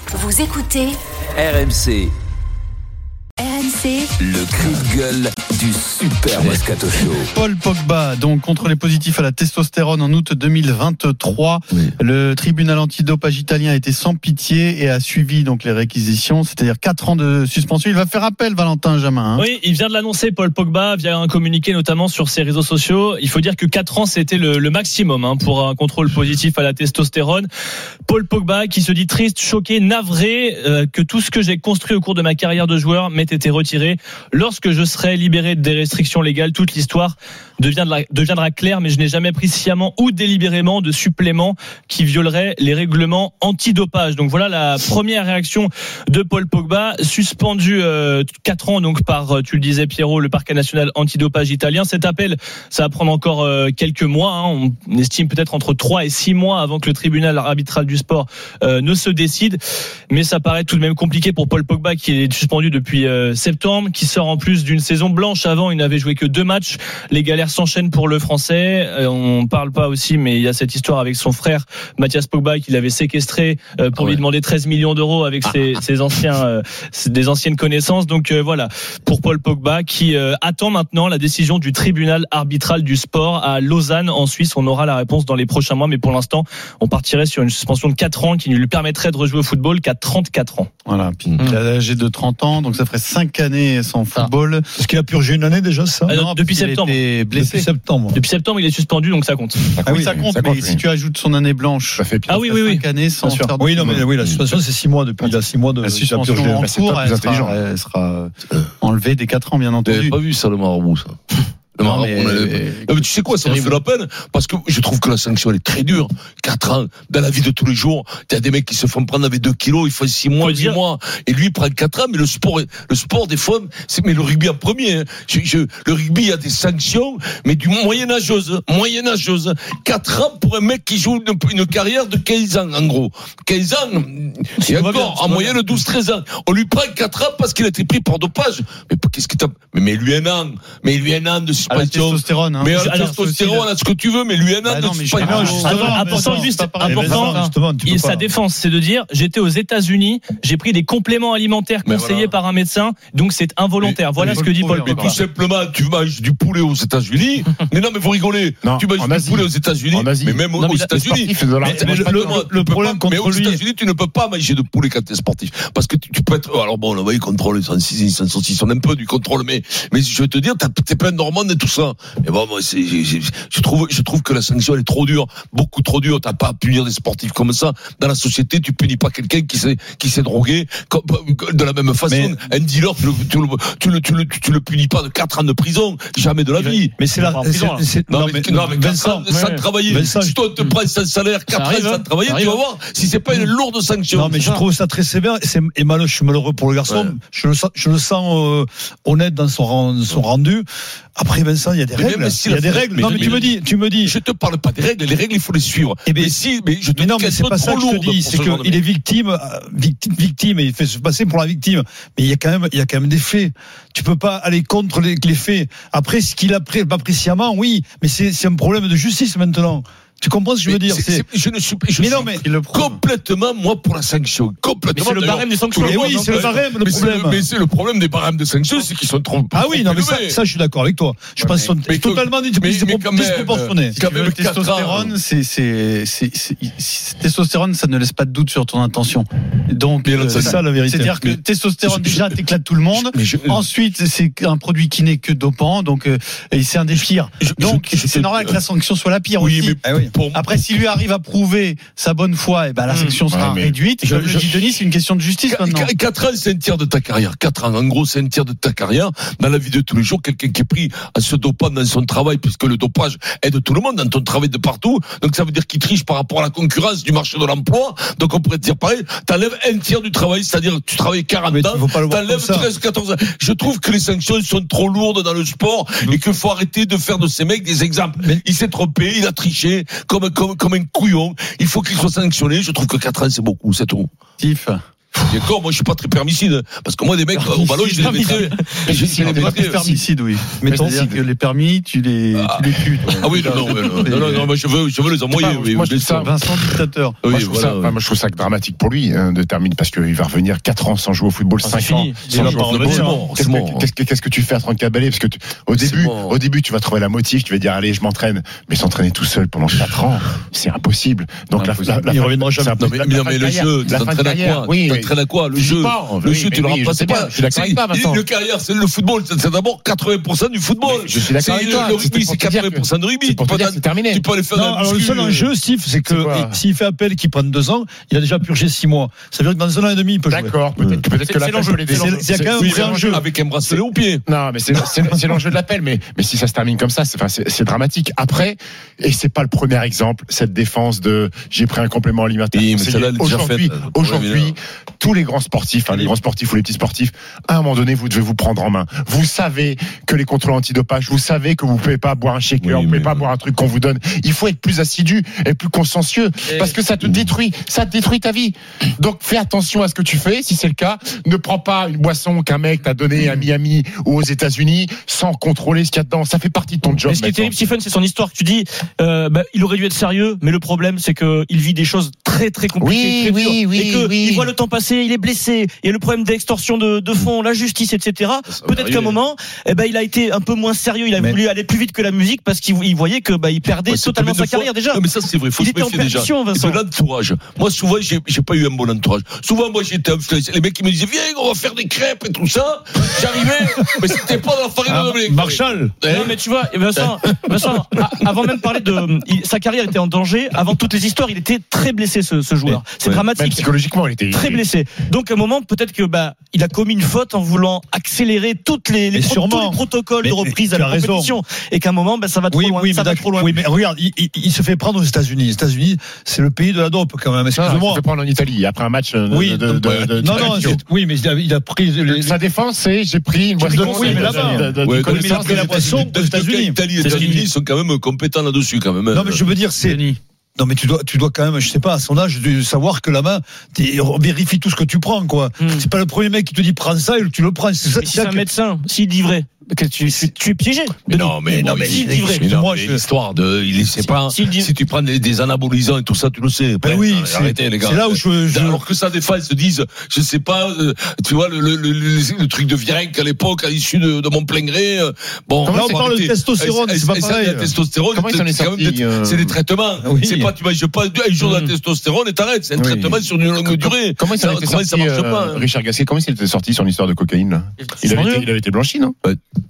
Vous écoutez RMC. RMC, Le cri de gueule du Super Moscato Show. Paul Pogba, donc contrôlé positif à la testostérone en août 2023. Oui. Le tribunal antidopage italien a été sans pitié et a suivi donc les réquisitions, c'est-à-dire 4 ans de suspension. Il va faire appel, Valentin Jamin. Oui, il vient de l'annoncer, Paul Pogba, via un communiqué notamment sur ses réseaux sociaux. Il faut dire que 4 ans, c'était le maximum pour un contrôle positif à la testostérone. Paul Pogba qui se dit triste, choqué, navré que tout ce que j'ai construit au cours de ma carrière de joueur m'ait été retiré. Lorsque je serai libéré des restrictions légales, toute l'histoire deviendra claire, mais je n'ai jamais pris sciemment ou délibérément de suppléments qui violeraient les règlements antidopage. Donc voilà la première réaction de Paul Pogba, suspendu 4 ans donc par, tu le disais Pierrot, le parquet national antidopage italien. Cet appel, ça va prendre encore quelques mois, on estime peut-être entre 3 et 6 mois avant que le tribunal arbitral du sport ne se décide, mais ça paraît tout de même compliqué pour Paul Pogba qui est suspendu depuis septembre, qui sort en plus d'une saison blanche. Avant, il n'avait joué que 2 matchs. Les galères s'enchaînent pour le Français. On parle pas aussi, mais il y a cette histoire avec son frère Mathias Pogba qu'il avait séquestré pour lui demander 13 millions d'euros avec ses anciennes connaissances. Donc voilà, pour Paul Pogba qui attend maintenant la décision du tribunal arbitral du sport à Lausanne en Suisse. On aura la réponse dans les prochains mois, mais pour l'instant, on partirait sur une suspension de 4 ans qui ne lui permettrait de rejouer au football qu'à 34 ans. Voilà, puis il a l'âge de 30 ans, donc ça ferait 5 années sans football. Est-ce qu'il a purgé une année déjà, ça? Non, depuis septembre. Depuis septembre, il est suspendu, donc ça compte. Oui, ça compte, mais si tu ajoutes son année blanche, ça fait 5 années sans faire de oui, la suspension, c'est 6 mois depuis. Il a 6 mois de la suspension en cours, elle sera enlevée des 4 ans, bien entendu. Vous n'avez pas vu ça, le marabout, ça? Non, mais tu sais quoi, ça me fait la peine parce que je trouve que la sanction elle est très dure. 4 ans dans la vie de tous les jours, il y a des mecs qui se font prendre avec 2 kilos, il faut 6 mois, 10 mois, et lui il prend 4 ans. Mais le sport des fois, mais le rugby en premier. Hein. Le rugby, il y a des sanctions, mais du moyenâgeuse. 4 ans pour un mec qui joue une carrière de 15 ans en gros. 15 ans, et encore en moyenne 12-13 ans. On lui prend 4 ans parce qu'il a été pris par dopage. Mais qu'est-ce que t'as? Mais lui un an de suspension. À la testostérone, hein. Mais à la testostérone, à ce que tu veux, mais lui un an de suspension. Important, sa défense, c'est de dire, j'étais aux États-Unis, j'ai pris des compléments alimentaires conseillés par un médecin, donc c'est involontaire. Voilà ce que dit Paul Pogba. Tout simplement, tu manges du poulet aux États-Unis. Mais non, mais vous rigolez. Tu manges du poulet aux États-Unis, mais même aux États-Unis. Le problème contre lui. Mais aux États-Unis, tu ne peux pas manger de poulet quand tu es sportif. Parce que tu peux être, alors bon, on va y contrôler, ils sont un peu du contrôle, mais je vais te dire, t'es plein d'hormones et tout ça. Mais bon, moi, je trouve que la sanction elle est trop dure, beaucoup trop dure. T'as pas à punir des sportifs comme ça. Dans la société, tu punis pas quelqu'un qui s'est drogué de la même façon. Mais, un dealer, tu le punis pas de 4 ans de prison, jamais de la vie. Mais c'est la prison. Non, mais Vincent, sans travailler. Vincent, si toi on te prend sans salaire 4 ans sans travailler, tu vas voir si c'est pas une lourde sanction. Non, mais je trouve ça très sévère. Et je suis malheureux pour le garçon. Ouais. Je le sens honnête dans son rendu. Après, Vincent, il y a des règles. Il y a des règles. Non, mais tu me dis. Je te parle pas des règles. Les règles, il faut les suivre. Mais je te dis mais c'est pas ça que je te dis. C'est qu'il est victime, et il fait se passer pour la victime. Mais il y a quand même des faits. Tu peux pas aller contre les faits. Après, ce qu'il a pris, pas sciemment, oui. Mais c'est un problème de justice maintenant. Tu comprends ce que je veux dire? Je suis complètement, moi, pour la sanction. Complètement. Mais c'est le barème des sanctions. Oui, c'est le barème, le problème. Mais c'est le problème des barèmes de sanctions, c'est qu'ils sont trop. Ah oui, non, mais ça, je suis d'accord avec toi. Je pense qu'ils sont totalement disproportionnés. Le testostérone, testostérone, ça ne laisse pas de doute sur ton intention. Donc, c'est ça la vérité. C'est-à-dire que testostérone, déjà, t'éclates tout le monde. Ensuite, c'est un produit qui n'est que dopant, donc, c'est un des pires. Donc, c'est normal que la sanction soit la pire aussi. Après, s'il lui arrive à prouver sa bonne foi, la sanction sera réduite. Comme le dit Denis, c'est une question de justice maintenant. 4 ans, c'est un tiers de ta carrière. 4 ans, en gros, c'est un tiers de ta carrière. Dans la vie de tous les jours, quelqu'un qui est pris à se dopant dans son travail, puisque le dopage aide tout le monde dans ton travail de partout. Donc, ça veut dire qu'il triche par rapport à la concurrence du marché de l'emploi. Donc, on pourrait te dire pareil, t'enlèves un tiers du travail, c'est-à-dire que tu travailles 40 ans, t'enlèves 13, 14 ans. Je trouve que les sanctions sont trop lourdes dans le sport et qu'il faut arrêter de faire de ces mecs des exemples. Il s'est trompé, il a triché. Comme un couillon, il faut qu'il soit sanctionné. Je trouve que 4 ans c'est beaucoup, c'est tout. Tif. D'accord, moi je suis pas très permisside parce que moi des mecs au ballon je les mettrais. Permisside, oui. Mais c'est-à-dire que les permis, tu les tues. Ah oui, non, moi je veux les envoyer. Moi je trouve ça Vincent dictateur. Moi je trouve ça dramatique pour lui de terminer parce qu'il va revenir 4 ans sans jouer au football, 5 ans sans jouer au football. Qu'est-ce que tu fais à 34 balais? Parce que au début tu vas trouver la motive, tu vas dire allez je m'entraîne, mais s'entraîner tout seul pendant 4 ans c'est impossible. Donc il reviendra jamais. Non mais le jeu, tu t'entraînes à quoi? Le jeu, tu le remplaces pas. Je suis d'accord avec toi, Vincent. Le carrière, c'est le football, c'est d'abord 80% du football. Je suis d'accord avec toi. Le rugby, c'est 80% de rugby. C'est terminé. Tu peux aller faire alors le seul enjeu, Steve, c'est que s'il fait appel et qu'il prenne 2 ans, il a déjà purgé 6 mois. Ça veut dire que dans 1 an et demi, il peut jouer. D'accord. Peut-être que l'appel peut l'aider. C'est quand même un vrai enjeu. Avec un bracelet au pied. Non, mais c'est l'enjeu de l'appel. Mais si ça se termine comme ça, c'est dramatique. Après, et c'est pas le premier exemple, cette défense de j'ai pris un complément alimentaire. Aujourd'hui, tous les grands sportifs, les grands sportifs ou les petits sportifs, à un moment donné, vous devez vous prendre en main. Vous savez que les contrôles antidopage, vous savez que vous pouvez pas boire un shaker, vous pouvez pas boire un truc qu'on vous donne. Il faut être plus assidu et plus consciencieux parce que ça te détruit ta vie. Donc fais attention à ce que tu fais. Si c'est le cas, ne prends pas une boisson qu'un mec t'a donnée à Miami ou aux États-Unis sans contrôler ce qu'il y a dedans. Ça fait partie de ton job. Mais ce qui est terrible, Stephen, c'est son histoire. Tu dis, il aurait dû être sérieux, mais le problème, c'est que il vit des choses très très compliquées, et que il voit le temps passer, il est blessé. Il y a le problème d'extorsion de fonds, la justice, etc. Peut-être qu'à un moment, il a été un peu moins sérieux. Il a voulu aller plus vite que la musique parce qu'il voyait que il perdait totalement sa carrière déjà. Non, mais ça c'est vrai. Faut se méfier déjà. De l'entourage. Moi souvent j'ai pas eu un bon entourage. Souvent moi j'étais influencé. Les mecs qui me disaient viens on va faire des crêpes et tout ça. J'arrivais, mais c'était pas dans la farine de blé. Marshall. Non mais tu vois, Vincent, avant même de parler de sa carrière était en danger. Avant toutes les histoires, il était très blessé ce joueur. C'est dramatique. Même psychologiquement, il était très blessé. Donc à un moment, peut-être que il a commis une faute en voulant accélérer tous les protocoles de reprise à la compétition, et qu'à un moment, ça va trop loin. Ça va trop loin. Oui, mais regarde, il se fait prendre aux États-Unis. Les États-Unis, c'est le pays de la dope quand même. Excuse-moi. Il se fait prendre en Italie après un match. Oui, mais il a pris sa défense, c'est j'ai pris une boisson. Oui, mais là-bas, il a pris la boisson aux États-Unis. L'Italie et les États-Unis sont quand même compétents là-dessus quand même. Non, mais je veux dire, c'est. Non mais tu dois quand même, je sais pas, à son âge, de savoir que la main, vérifie tout ce que tu prends, quoi. C'est pas le premier mec qui te dit prends ça et tu le prends. C'est ça. Si c'est un médecin, s'il dit vrai. Tu es piégé. Mais l'histoire de, il sait pas. Si tu prends des anabolisants et tout ça, tu le sais. Oui, arrêtez les gars. C'est là où alors que ça des fois ils se disent, je sais pas, tu vois le truc de Virenque à l'époque, à l'issue de mon plein gré. Bon, là on parle de testostérone, c'est pas pareil. La testostérone, c'est des traitements. C'est pas tu manges pas un jour de la testostérone et t'arrêtes. C'est un traitement sur une longue durée. Comment ça marche pas? Richard Gasquet, comment il était sorti sur l'histoire de cocaïne? Il avait été blanchi, non?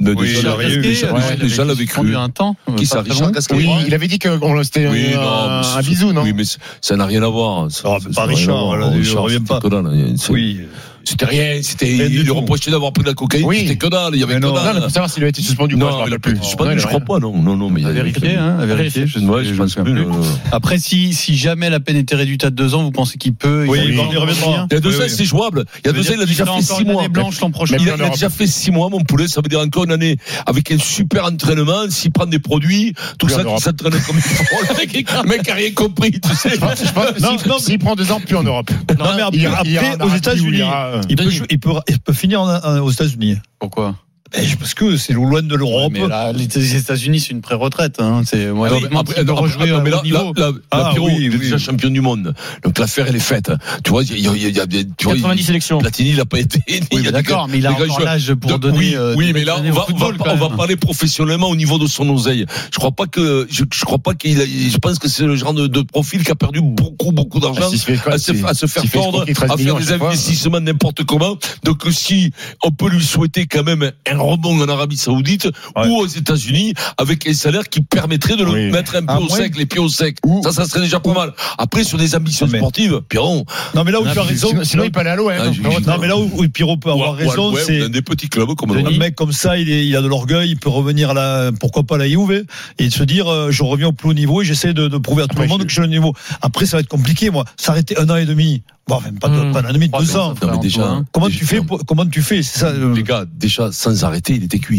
Déjà l'avait cru. Un temps. Qui ça, Richard Gasquet? Oui, il avait dit que c'était un bisou, non? Oui, mais ça n'a rien à voir. Pas Richard, je reviens pas. Oui. C'était rien, il lui reprochait d'avoir pris de la cocaïne, c'était que dalle, il y avait que dalle. Non, pour savoir s'il avait été suspendu ou pas, je rappelle plus. Suspendu, je crois pas, non, mais il y a vérifié, je pense plus. Après, si jamais la peine était réduite à 2 ans, vous pensez qu'il peut? Oui, il reviendra. Il y a 2 ans, c'est jouable. Il y a 2 ans, il a déjà fait 6 mois. Il a déjà fait 6 mois, mon poulet, ça veut dire encore une année avec un super entraînement, s'il prend des produits, tout ça, qui s'entraîne comme il faut. Le mec a rien compris, tu sais. Je pense que s'il prend 2 ans, plus en Europe. Non, mais après, aux États-Unis. Il peut finir aux États-Unis. Pourquoi? Parce que c'est loin de l'Europe. Mais là, les États-Unis, c'est une pré-retraite. C'est il est déjà champion du monde. Donc l'affaire elle est faite. Tu vois, il y a 90 sélections. Platini, il n'a pas été. D'accord, mais il a encore l'âge pour donner. Oui, mais là, on va parler professionnellement au niveau de son oseille. Je crois pas qu'il a. Je pense que c'est le genre de profil qui a perdu beaucoup d'argent à se faire tordre, à faire des investissements n'importe comment. Donc si on peut lui souhaiter quand même un rebond en Arabie Saoudite ou aux États-Unis avec un salaire qui permettrait de le mettre un peu au sec, les pieds au sec. Ça serait déjà pas mal. Après, sur des ambitions sportives, Pierrot. Non, mais là où tu as raison. Sinon, il peut aller à l'OM. Non, mais là où Pierrot peut avoir raison, c'est. Dans des petits clubs comme un mec comme ça, il a de l'orgueil, il peut revenir pourquoi pas à la Juve, et se dire, je reviens au plus haut niveau et j'essaie de prouver à tout le monde que je suis au niveau. Après, ça va être compliqué, moi. S'arrêter 1 an et demi. Bon, même pas un an et demi, 2 ans. Comment tu fais, c'est ça. Les gars, déjà, sans arrêter, il était cuit.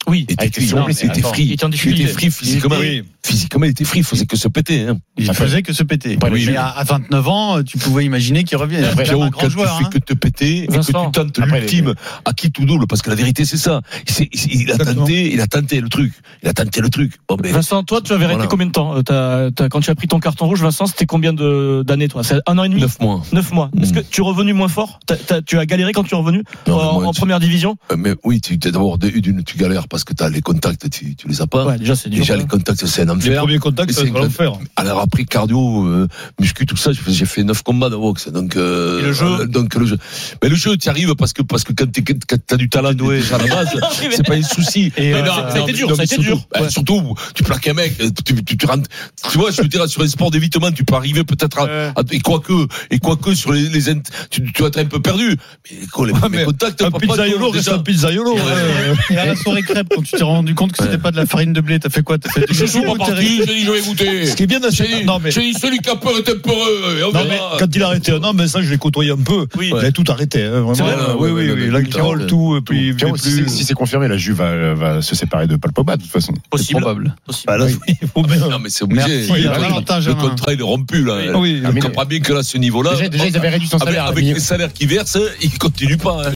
Oui. Il était free. Il était en difficulté. Il était free physiquement. Physiquement, il était free. Il faisait que se péter. Il faisait que se péter. Mais à 29 ans, tu pouvais imaginer qu'il revienne. Pierrot, quand tu fais que te péter et que tu tentes l'ultime à qui tout double, parce que la vérité c'est ça. Il a tenté le truc. Bon, mais Vincent, toi, tu avais arrêté combien de temps quand tu as pris ton carton rouge, Vincent, c'était combien d'années, toi? C'est 1 an et demi? 9 mois. Est-ce que tu es revenu moins fort? Tu as galéré quand tu es revenu en première division? Mais oui, tu galères parce que tu as les contacts, tu les as pas. Ouais, déjà, c'est dur. Les contacts, c'est un enfer. Les premiers contacts, c'est un enfer. Alors après cardio, muscu, tout ça, j'ai fait 9 combats de boxe. Donc le jeu. Mais le jeu, tu y arrives parce que quand t'as du talent à la base, c'est pas un souci. Ça a été dur. Surtout, tu plaques un mec, tu rentres. Tu vois, je veux dire, sur les sports d'évitement, tu peux arriver peut-être et quoique sur les tu vas être un peu perdu. Mais les contacts, un pizzaiolo reste un pizzaiolo. Et à la soirée crêpe, quand tu t'es rendu compte que c'était pas de la farine de blé, t'as fait quoi? Je suis pas parti, j'ai dit je vais goûter. Ce qui est bien dans j'ai dit celui qui a peur est un peu heureux. Non, mais quand il a arrêté un an, mais ça, je l'ai côtoyé un peu. Oui. Il a tout arrêté, vraiment. Oui. Là, il roule tout, et puis. Si c'est confirmé, la Juve va se séparer de Paul Pogba, de toute façon. C'est probable. Non, mais c'est obligé. Le contrat, il est rompu, là. Oui. Je comprends bien que là, ce niveau-là. Déjà, ils avaient réduit son salaire. Avec les salaires qu'ils versent, ils continuent pas.